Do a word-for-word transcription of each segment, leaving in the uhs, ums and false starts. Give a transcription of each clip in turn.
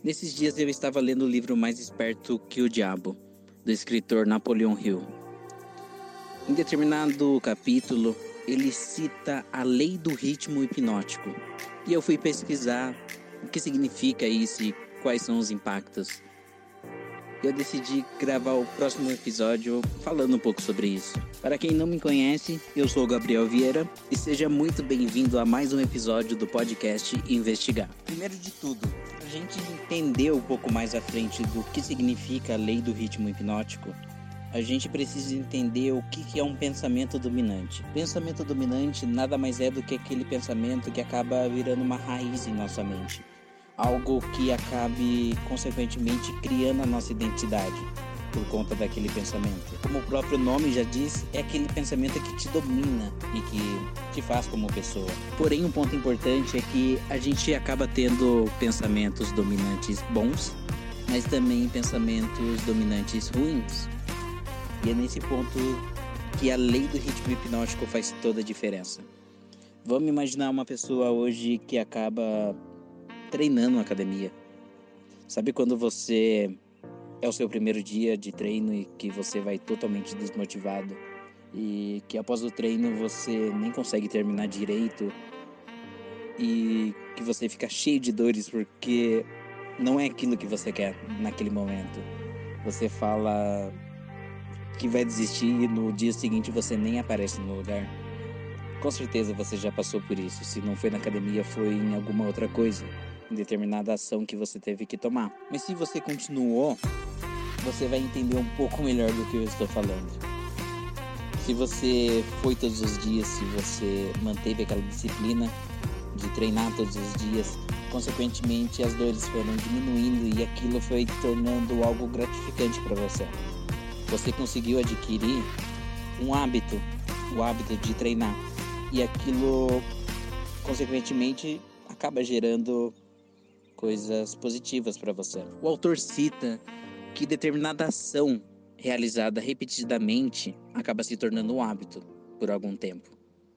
Nesses dias eu estava lendo o livro Mais Esperto que o Diabo, do escritor Napoleon Hill. Em determinado capítulo, ele cita a lei do ritmo hipnótico. E eu fui pesquisar o que significa isso e quais são os impactos. Eu decidi gravar o próximo episódio falando um pouco sobre isso. Para quem não me conhece, eu sou o Gabriel Vieira e seja muito bem-vindo a mais um episódio do podcast Investigar. Primeiro de tudo, para a gente entender um pouco mais à frente do que significa a lei do ritmo hipnótico, a gente precisa entender o que é um pensamento dominante. Pensamento dominante nada mais é do que aquele pensamento que acaba virando uma raiz em nossa mente. Algo que acabe, consequentemente, criando a nossa identidade por conta daquele pensamento. Como o próprio nome já diz, é aquele pensamento que te domina e que te faz como pessoa. Porém, um ponto importante é que a gente acaba tendo pensamentos dominantes bons, mas também pensamentos dominantes ruins. E é nesse ponto que a lei do ritmo hipnótico faz toda a diferença. Vamos imaginar uma pessoa hoje que acaba treinando na academia. Sabe quando você é o seu primeiro dia de treino e que você vai totalmente desmotivado e que após o treino você nem consegue terminar direito e que você fica cheio de dores porque não é aquilo que você quer naquele momento. Você fala que vai desistir e no dia seguinte você nem aparece no lugar. Com certeza você já passou por isso. Se não foi na academia, foi em alguma outra coisa, em determinada ação que você teve que tomar. Mas se você continuou, você vai entender um pouco melhor do que eu estou falando. Se você foi todos os dias, se você manteve aquela disciplina de treinar todos os dias, consequentemente as dores foram diminuindo e aquilo foi tornando algo gratificante para você. Você conseguiu adquirir um hábito, o hábito de treinar. E aquilo, consequentemente, acaba gerando coisas positivas para você. O autor cita que determinada ação realizada repetidamente acaba se tornando um hábito por algum tempo.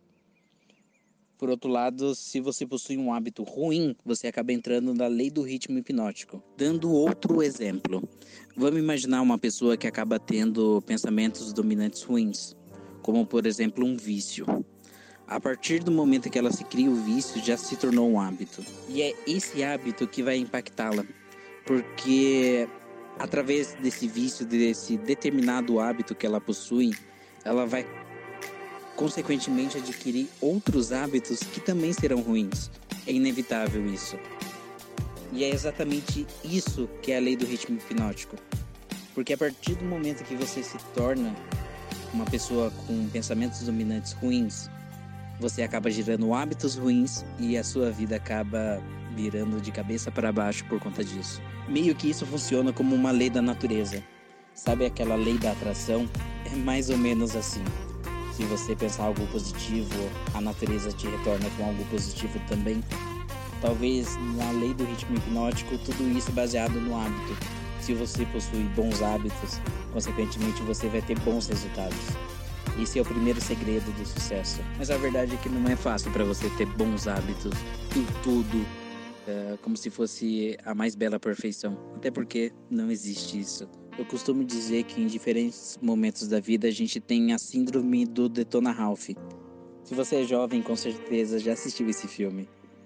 Por outro lado, se você possui um hábito ruim, você acaba entrando na lei do ritmo hipnótico. Dando outro exemplo, vamos imaginar uma pessoa que acaba tendo pensamentos dominantes ruins, como por exemplo um vício. A partir do momento que ela se cria o vício, já se tornou um hábito. E é esse hábito que vai impactá-la, porque através desse vício, desse determinado hábito que ela possui, ela vai consequentemente adquirir outros hábitos que também serão ruins. É inevitável isso. E é exatamente isso que é a lei do ritmo hipnótico. Porque a partir do momento que você se torna uma pessoa com pensamentos dominantes ruins, você acaba gerando hábitos ruins e a sua vida acaba virando de cabeça para baixo por conta disso. Meio que isso funciona como uma lei da natureza. Sabe aquela lei da atração? É mais ou menos assim. Se você pensar algo positivo, a natureza te retorna com algo positivo também. Talvez na lei do ritmo hipnótico, tudo isso baseado no hábito. Se você possui bons hábitos, consequentemente você vai ter bons resultados. Esse é o primeiro segredo do sucesso. Mas a verdade é que não é fácil para você ter bons hábitos em tudo, é, como se fosse a mais bela perfeição. Até porque não existe isso. Eu costumo dizer que em diferentes momentos da vida a gente tem a síndrome do Detona Ralph. Se você é jovem, com certeza já assistiu esse filme.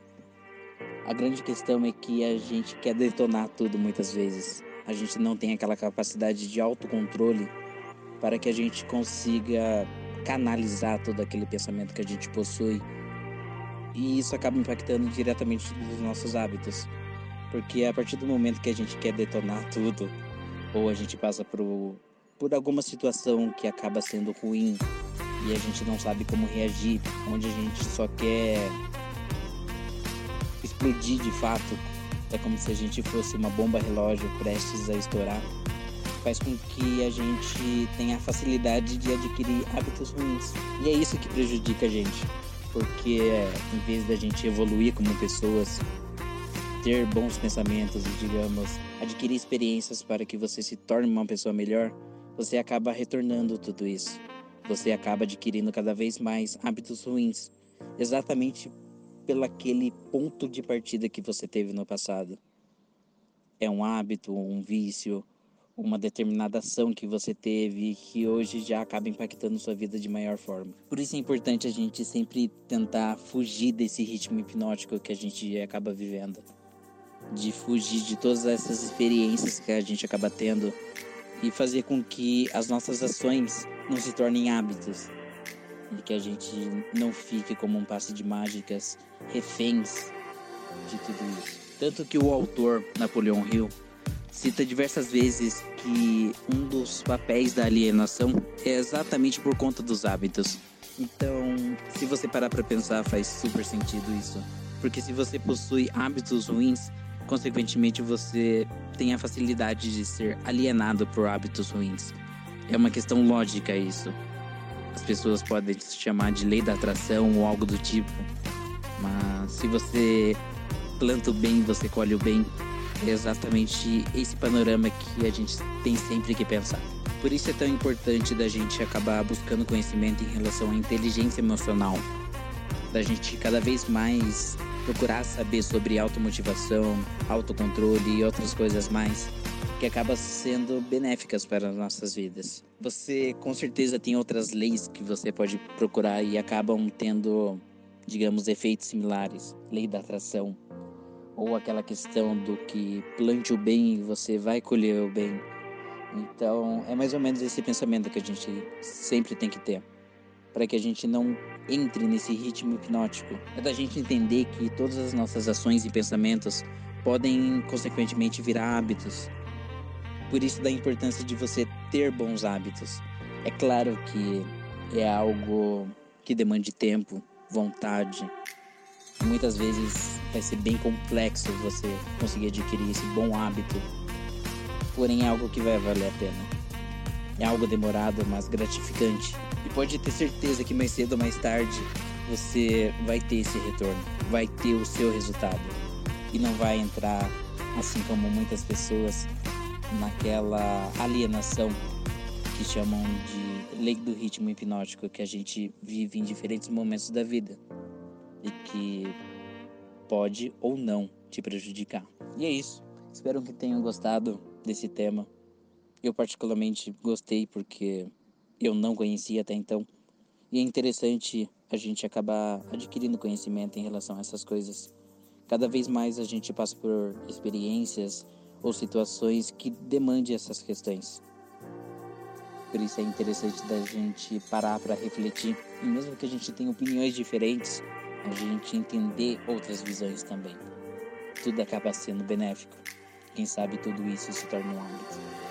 A grande questão é que a gente quer detonar tudo muitas vezes. A gente não tem aquela capacidade de autocontrole para que a gente consiga canalizar todo aquele pensamento que a gente possui. E isso acaba impactando diretamente nos nossos hábitos. Porque a partir do momento que a gente quer detonar tudo, ou a gente passa por, por alguma situação que acaba sendo ruim e a gente não sabe como reagir, onde a gente só quer explodir de fato, é como se a gente fosse uma bomba relógio prestes a estourar, faz com que a gente tenha a facilidade de adquirir hábitos ruins. E é isso que prejudica a gente, porque em vez da gente evoluir como pessoas, ter bons pensamentos e, digamos, adquirir experiências para que você se torne uma pessoa melhor, você acaba retornando tudo isso. Você acaba adquirindo cada vez mais hábitos ruins, exatamente pelo aquele ponto de partida que você teve no passado. é um hábito, um vício, uma determinada ação que você teve que hoje já acaba impactando sua vida de maior forma. Por isso é importante a gente sempre tentar fugir desse ritmo hipnótico que a gente acaba vivendo, de fugir de todas essas experiências que a gente acaba tendo e fazer com que as nossas ações não se tornem hábitos e que a gente não fique como um passe de mágicas, reféns de tudo isso. Tanto que o autor Napoleon Hill cita diversas vezes que um dos papéis da alienação é exatamente por conta dos hábitos. Então, se você parar para pensar, faz super sentido isso. Porque se você possui hábitos ruins, consequentemente você tem a facilidade de ser alienado por hábitos ruins. É uma questão lógica isso. As pessoas podem se chamar de lei da atração ou algo do tipo. Mas se você planta o bem, você colhe o bem. É exatamente esse panorama que a gente tem sempre que pensar. Por isso é tão importante da gente acabar buscando conhecimento em relação à inteligência emocional. Da gente cada vez mais procurar saber sobre automotivação, autocontrole e outras coisas mais que acabam sendo benéficas para as nossas vidas. Você com certeza tem outras leis que você pode procurar e acabam tendo, digamos, efeitos similares. Lei da atração. Ou aquela questão do que plante o bem e você vai colher o bem. Então, é mais ou menos esse pensamento que a gente sempre tem que ter. Para que a gente não entre nesse ritmo hipnótico. É da gente entender que todas as nossas ações e pensamentos podem, consequentemente, virar hábitos. Por isso, da importância de você ter bons hábitos. É claro que é algo que demande tempo, vontade. Muitas vezes vai ser bem complexo você conseguir adquirir esse bom hábito, porém é algo que vai valer a pena. É algo demorado, mas gratificante. E pode ter certeza que mais cedo ou mais tarde você vai ter esse retorno, vai ter o seu resultado. E não vai entrar, assim como muitas pessoas, naquela alienação que chamam de lei do ritmo hipnótico que a gente vive em diferentes momentos da vida. E que pode ou não te prejudicar. E é isso. Espero que tenham gostado desse tema. Eu particularmente gostei porque eu não conhecia até então. E é interessante a gente acabar adquirindo conhecimento em relação a essas coisas. Cada vez mais a gente passa por experiências ou situações que demandem essas questões. Por isso é interessante da gente parar para refletir. E mesmo que a gente tenha opiniões diferentes, a gente entender outras visões também. Tudo acaba sendo benéfico. Quem sabe tudo isso se torna um hábito.